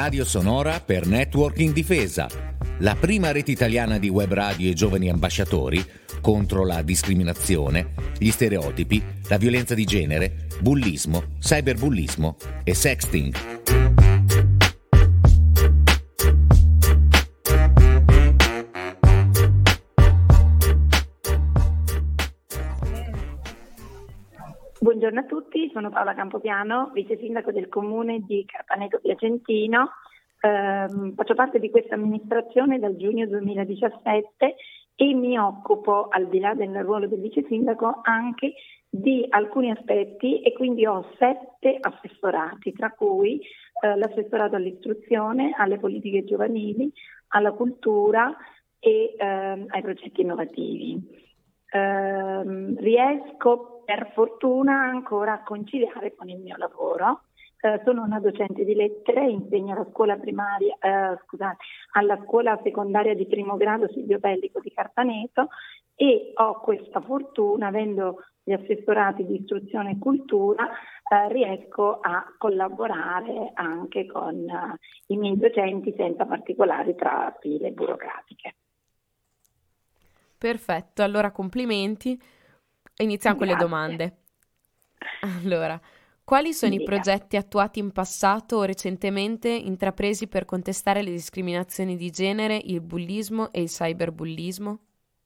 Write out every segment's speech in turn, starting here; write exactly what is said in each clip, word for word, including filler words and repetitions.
Radio Sonora per Networking Difesa, la prima rete italiana di web radio e giovani ambasciatori contro la discriminazione, gli stereotipi, la violenza di genere, bullismo, cyberbullismo e sexting. Buongiorno a tutti, sono Paola Campopiano, vice sindaco del comune di Carpaneto Piacentino. Eh, faccio parte di questa amministrazione dal giugno duemiladiciassette e mi occupo, al di là del ruolo del vice sindaco, anche di alcuni aspetti, e quindi ho sette assessorati, tra cui eh, l'assessorato all'istruzione, alle politiche giovanili, alla cultura e eh, ai progetti innovativi. Eh, riesco per fortuna ancora a conciliare con il mio lavoro. Eh, sono una docente di lettere, insegno alla scuola primaria, eh, scusate, alla scuola secondaria di primo grado Silvio Pellico di Carpaneto, e ho questa fortuna, avendo gli assessorati di istruzione e cultura, eh, riesco a collaborare anche con eh, i miei docenti senza particolari trafile burocratiche. Perfetto, allora complimenti. Iniziamo con le domande. Allora, quali sono i progetti attuati in passato o recentemente intrapresi per contestare le discriminazioni di genere, il bullismo e il cyberbullismo?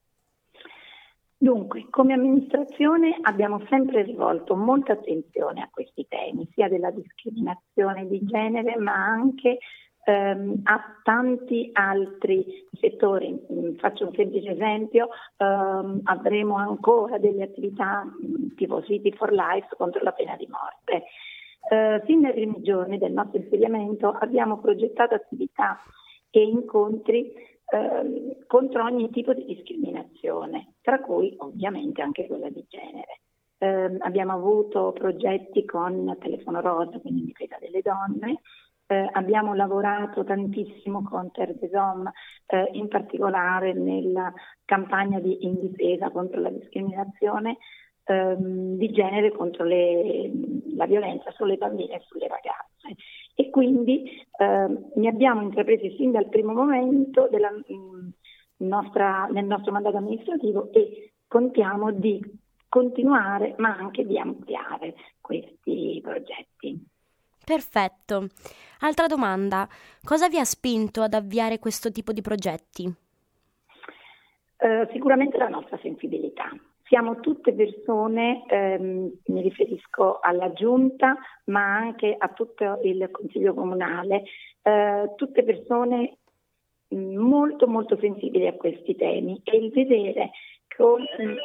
Dunque, come amministrazione abbiamo sempre rivolto molta attenzione a questi temi, sia della discriminazione di genere, ma anche ehm, a tanti altri settori. Faccio un semplice esempio, ehm, avremo ancora delle attività mh, tipo City for Life contro la pena di morte. Eh, fin dai primi giorni del nostro insediamento abbiamo progettato attività e incontri ehm, contro ogni tipo di discriminazione, tra cui ovviamente anche quella di genere. Eh, abbiamo avuto progetti con Telefono Rosa, quindi in difesa delle donne. Eh, abbiamo lavorato tantissimo con Terre des Hommes, eh, in particolare nella campagna di in difesa contro la discriminazione ehm, di genere, contro le, la violenza sulle bambine e sulle ragazze. E quindi ehm, ne abbiamo intrapresi sin dal primo momento della, mh, nostra, nel nostro mandato amministrativo, e contiamo di continuare ma anche di ampliare questi progetti. Perfetto. Altra domanda, cosa vi ha spinto ad avviare questo tipo di progetti? Eh, sicuramente la nostra sensibilità. Siamo tutte persone, ehm, mi riferisco alla giunta, ma anche a tutto il consiglio comunale, eh, tutte persone mh, molto molto sensibili a questi temi, e il vedere con, eh,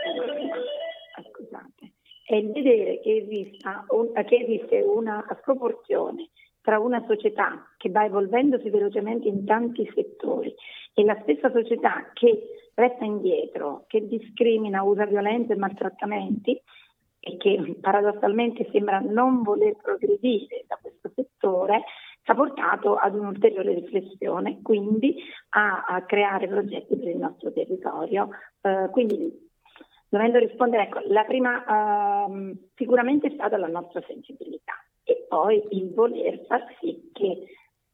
scusate, è il vedere che, esista un, che esiste una sproporzione tra una società che va evolvendosi velocemente in tanti settori e la stessa società che resta indietro, che discrimina, usa violenza e maltrattamenti, e che paradossalmente sembra non voler progredire da questo settore, ci ha portato ad un'ulteriore riflessione, quindi a, a creare progetti per il nostro territorio. Uh, quindi Dovendo rispondere, ecco, la prima uh, sicuramente è stata la nostra sensibilità, e poi il voler far sì che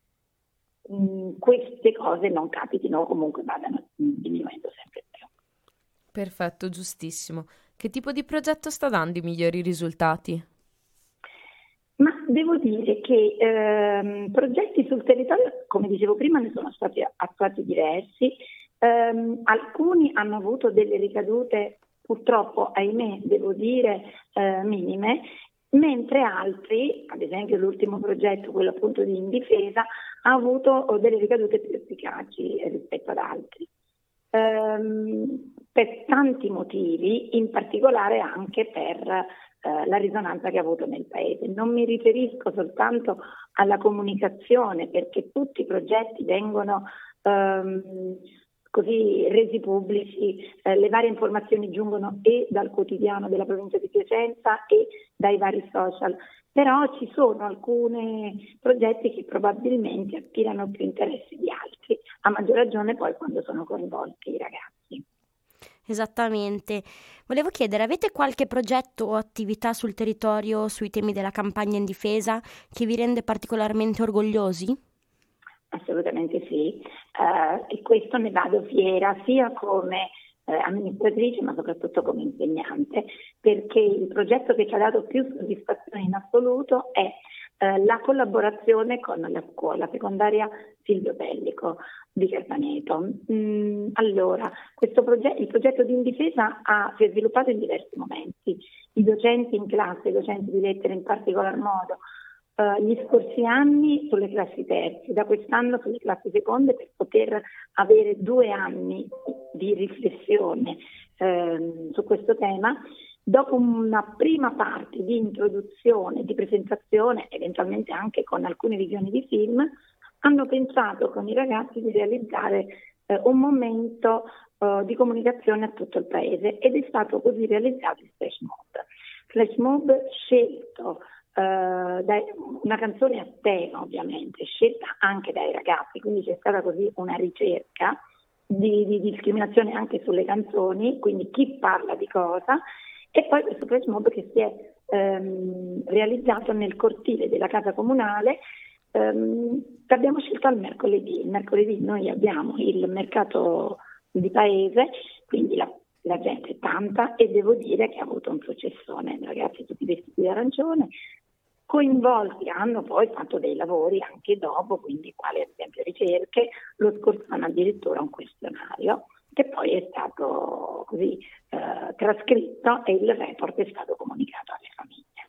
mh, queste cose non capitino o comunque vadano diminuendo sempre più. Perfetto, giustissimo. Che tipo di progetto sta dando i migliori risultati? Ma devo dire che ehm, progetti sul territorio, come dicevo prima, ne sono stati attuati diversi. Ehm, alcuni hanno avuto delle ricadute, purtroppo, ahimè, devo dire, eh, minime, mentre altri, ad esempio l'ultimo progetto, quello appunto di In Difesa, ha avuto delle ricadute più efficaci rispetto ad altri. Ehm, per tanti motivi, in particolare anche per eh, la risonanza che ha avuto nel paese. Non mi riferisco soltanto alla comunicazione, perché tutti i progetti vengono ehm, così resi pubblici, eh, le varie informazioni giungono e dal quotidiano della provincia di Piacenza e dai vari social, però ci sono alcuni progetti che probabilmente attirano più interesse di altri, a maggior ragione poi quando sono coinvolti i ragazzi. Esattamente. Volevo chiedere, avete qualche progetto o attività sul territorio sui temi della campagna in difesa che vi rende particolarmente orgogliosi? Assolutamente sì, uh, e questo ne vado fiera sia come eh, amministratrice ma soprattutto come insegnante, perché il progetto che ci ha dato più soddisfazione in assoluto è eh, la collaborazione con la scuola secondaria Silvio Pellico di Carpaneto. Mm, allora, questo progetto, il progetto di Indifesa ha, si è sviluppato in diversi momenti. I docenti in classe, i docenti di lettere in particolar modo, Uh, gli scorsi anni sulle classi terze, da quest'anno sulle classi seconde, per poter avere due anni di riflessione ehm, su questo tema. Dopo una prima parte di introduzione, di presentazione, eventualmente anche con alcune visioni di film, hanno pensato con i ragazzi di realizzare eh, un momento eh, di comunicazione a tutto il paese, ed è stato così realizzato il Flash Mob. Flash Mob scelto Uh, dai, una canzone a tema, ovviamente, scelta anche dai ragazzi, quindi c'è stata così una ricerca di, di discriminazione anche sulle canzoni, quindi chi parla di cosa, e poi questo flash mob che si è um, realizzato nel cortile della casa comunale, um, che abbiamo scelto al mercoledì. Il mercoledì noi abbiamo il mercato di paese, quindi la La gente è tanta, e devo dire che ha avuto un successone, ragazzi tutti vestiti di arancione, coinvolti, hanno poi fatto dei lavori anche dopo, quindi quali ad esempio ricerche, lo scorso anno addirittura un questionario che poi è stato così eh, trascritto, e il report è stato comunicato alle famiglie.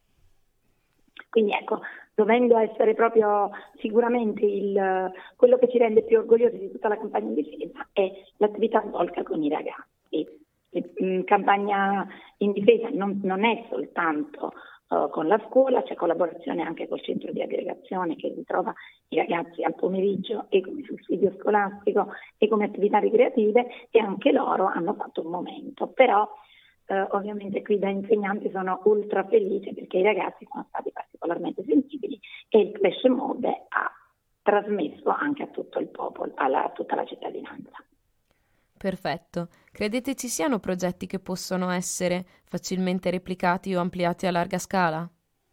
Quindi ecco, dovendo essere proprio sicuramente il, quello che ci rende più orgogliosi di tutta la campagna in difesa è l'attività svolta con i ragazzi. La campagna in difesa non, non è soltanto uh, con la scuola, c'è collaborazione anche col centro di aggregazione che ritrova i ragazzi al pomeriggio e come sussidio scolastico e come attività ricreative, e anche loro hanno fatto un momento. Però uh, ovviamente qui da insegnante sono ultra felice perché i ragazzi sono stati particolarmente sensibili, e il Flash Mob ha trasmesso anche a tutto il popolo, alla, a tutta la cittadinanza. Perfetto. Credete ci siano progetti che possono essere facilmente replicati o ampliati a larga scala?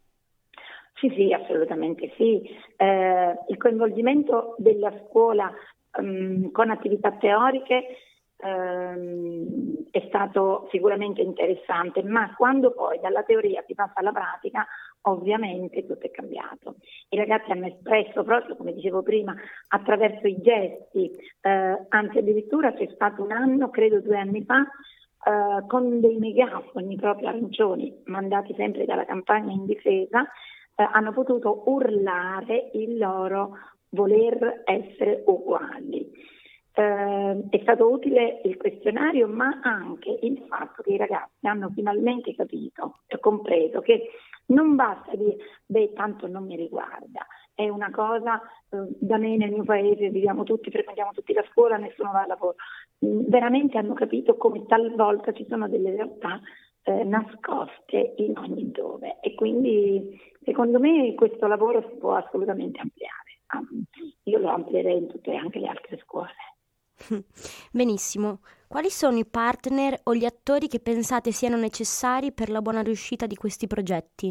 Sì, sì, assolutamente sì. Eh, il coinvolgimento della scuola um, con attività teoriche um, è stato sicuramente interessante, ma quando poi dalla teoria si passa alla pratica, ovviamente tutto è cambiato. I ragazzi hanno espresso proprio, come dicevo prima, attraverso i gesti, eh, anzi addirittura c'è stato un anno, credo due anni fa, eh, con dei megafoni proprio arancioni, mandati sempre dalla campagna in difesa, eh, hanno potuto urlare il loro voler essere uguali. Eh, è stato utile il questionario, ma anche il fatto che i ragazzi hanno finalmente capito e compreso che non basta dire, beh, tanto non mi riguarda, è una cosa, eh, da me nel mio paese viviamo tutti, frequentiamo tutti la scuola, nessuno va al lavoro. Mm, veramente hanno capito come talvolta ci sono delle realtà eh, nascoste in ogni dove, e quindi secondo me questo lavoro si può assolutamente ampliare. Um, io lo amplierei in tutte anche le altre scuole. Benissimo. Quali sono i partner o gli attori che pensate siano necessari per la buona riuscita di questi progetti?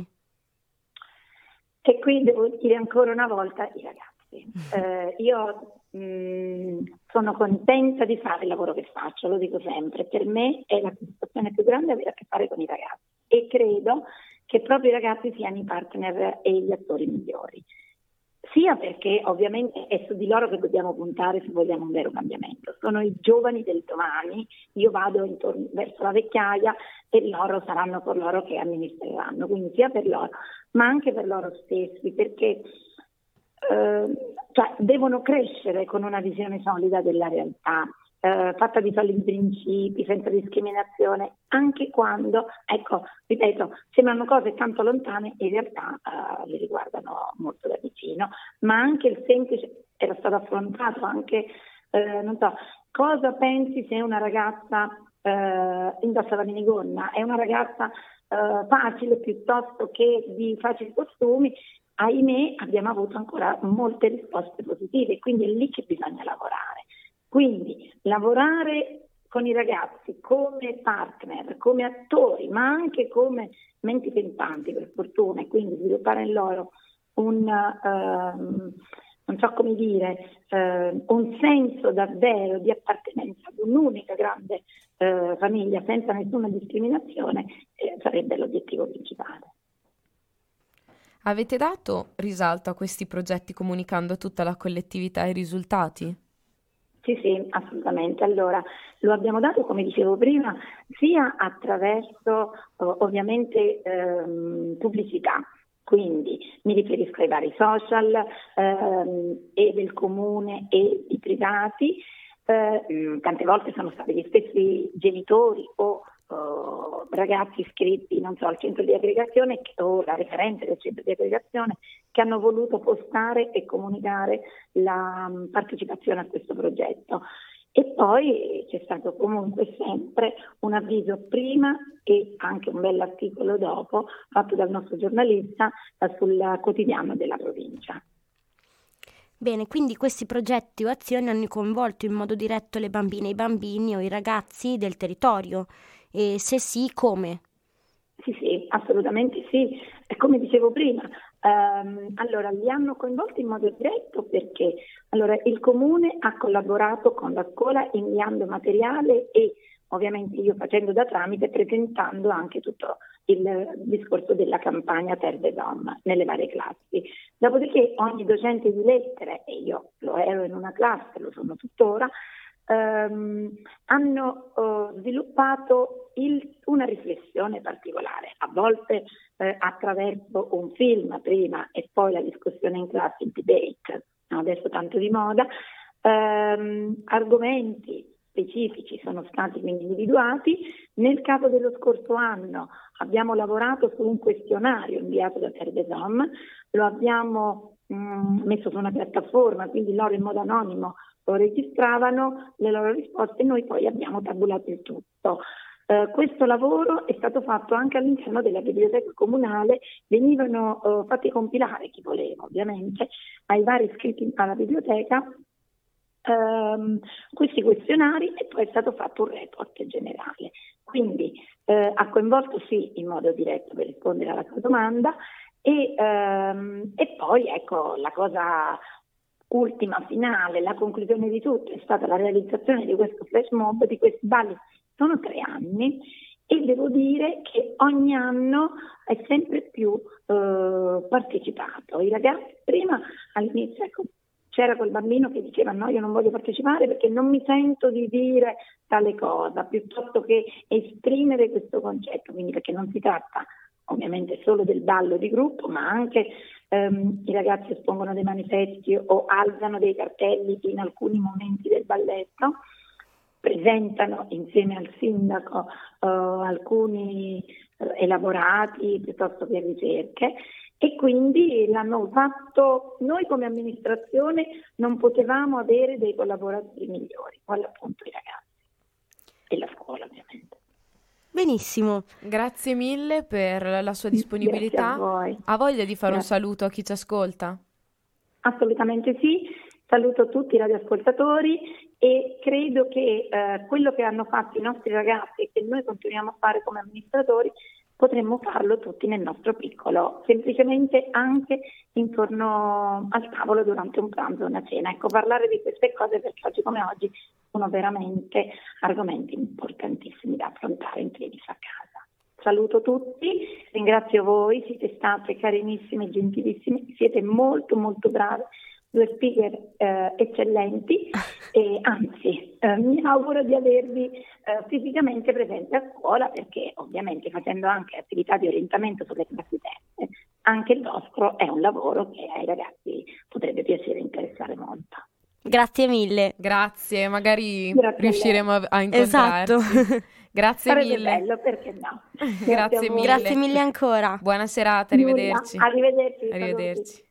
E qui devo dire ancora una volta i ragazzi. Eh, io mh, sono contenta di fare il lavoro che faccio, lo dico sempre. Per me è la soddisfazione più grande avere a che fare con i ragazzi, e credo che proprio i ragazzi siano i partner e gli attori migliori. Sia perché ovviamente è su di loro che dobbiamo puntare se vogliamo un vero cambiamento. Sono i giovani del domani, io vado intorno, verso la vecchiaia, e loro saranno coloro che amministreranno, quindi sia per loro, ma anche per loro stessi, perché eh, cioè, devono crescere con una visione solida della realtà, eh, fatta di solidi principi, senza discriminazione, anche quando, ecco, ripeto, sembrano cose tanto lontane, in realtà eh, li riguardano molto da vicino, ma anche il semplice, era stato affrontato anche, eh, non so, cosa pensi se una ragazza eh, indossa la minigonna, è una ragazza eh, facile piuttosto che di facili costumi. Ahimè, abbiamo avuto ancora molte risposte positive, quindi è lì che bisogna lavorare. Quindi lavorare con i ragazzi come partner, come attori, ma anche come menti pensanti, per fortuna, e quindi sviluppare in loro un, uh, non so come dire, uh, un senso davvero di appartenenza ad un'unica grande uh, famiglia senza nessuna discriminazione, eh, sarebbe l'obiettivo principale. Avete dato risalto a questi progetti comunicando a tutta la collettività i risultati? Sì, sì, assolutamente. Allora, lo abbiamo dato, come dicevo prima, sia attraverso uh, ovviamente ehm, pubblicità, quindi mi riferisco ai vari social ehm, e del comune e di privati. Eh, tante volte sono stati gli stessi genitori o uh, ragazzi iscritti, non so, al centro di aggregazione o la referente del centro di aggregazione che hanno voluto postare e comunicare la um, partecipazione a questo progetto. E poi c'è stato comunque sempre un avviso prima e anche un bell'articolo dopo fatto dal nostro giornalista uh, sul quotidiano della provincia. Bene, quindi questi progetti o azioni hanno coinvolto in modo diretto le bambine e i bambini o i ragazzi del territorio? E se sì, come? Sì, sì, assolutamente sì. E come dicevo prima, ehm, allora li hanno coinvolti in modo diretto perché allora, il comune ha collaborato con la scuola inviando materiale e ovviamente io facendo da tramite, presentando anche tutto il discorso della campagna Terre des Hommes nelle varie classi. Dopodiché ogni docente di lettere, e io lo ero in una classe, lo sono tuttora, ehm, hanno eh, sviluppato il, una riflessione particolare, a volte eh, attraverso un film prima e poi la discussione in classe, il debate, no, adesso tanto di moda, ehm, argomenti specifici sono stati quindi individuati. Nel caso dello scorso anno abbiamo lavorato su un questionario inviato da Terre des Hommes, lo abbiamo mh, messo su una piattaforma, quindi loro in modo anonimo lo registravano le loro risposte e noi poi abbiamo tabulato il tutto. Uh, questo lavoro è stato fatto anche all'interno della biblioteca comunale, venivano uh, fatti compilare, chi voleva ovviamente, ai vari iscritti alla biblioteca Um, questi questionari e poi è stato fatto un report generale. Quindi eh, ha coinvolto sì in modo diretto per rispondere alla tua domanda e, um, e poi ecco la cosa ultima, finale, la conclusione di tutto è stata la realizzazione di questo flash mob, di questi balli. Sono tre anni e devo dire che ogni anno è sempre più uh, partecipato. I ragazzi prima all'inizio ecco, c'era quel bambino che diceva no, io non voglio partecipare perché non mi sento di dire tale cosa, piuttosto che esprimere questo concetto, quindi perché non si tratta ovviamente solo del ballo di gruppo, ma anche ehm, i ragazzi espongono dei manifesti o alzano dei cartelli in alcuni momenti del balletto, presentano insieme al sindaco eh, alcuni eh, elaborati piuttosto che ricerche. E quindi l'hanno fatto, noi come amministrazione non potevamo avere dei collaboratori migliori, quali appunto i ragazzi e la scuola ovviamente. Benissimo. Grazie mille per la sua disponibilità. Grazie a voi. Ha voglia di fare Grazie. Un saluto a chi ci ascolta? Assolutamente sì, saluto tutti i radioascoltatori e credo che eh, quello che hanno fatto i nostri ragazzi e che noi continuiamo a fare come amministratori potremmo farlo tutti nel nostro piccolo, semplicemente anche intorno al tavolo durante un pranzo o una cena. Ecco, parlare di queste cose perché oggi come oggi sono veramente argomenti importantissimi da affrontare in piedi a casa. Saluto tutti, ringrazio voi, siete state carinissime e gentilissime, siete molto molto brave, due speaker eh, eccellenti e anzi eh, mi auguro di avervi eh, fisicamente presente a scuola perché ovviamente facendo anche attività di orientamento sulle classi terze anche il vostro è un lavoro che ai ragazzi potrebbe piacere e interessare molto. Grazie mille. Grazie, magari Grazie riusciremo a, a incontrarci. Esatto. Grazie Sarebbe mille. bello, perché no? Grazie a voi. mille. Grazie mille ancora. Buona serata, Nulla. arrivederci. Arrivederci. Arrivederci.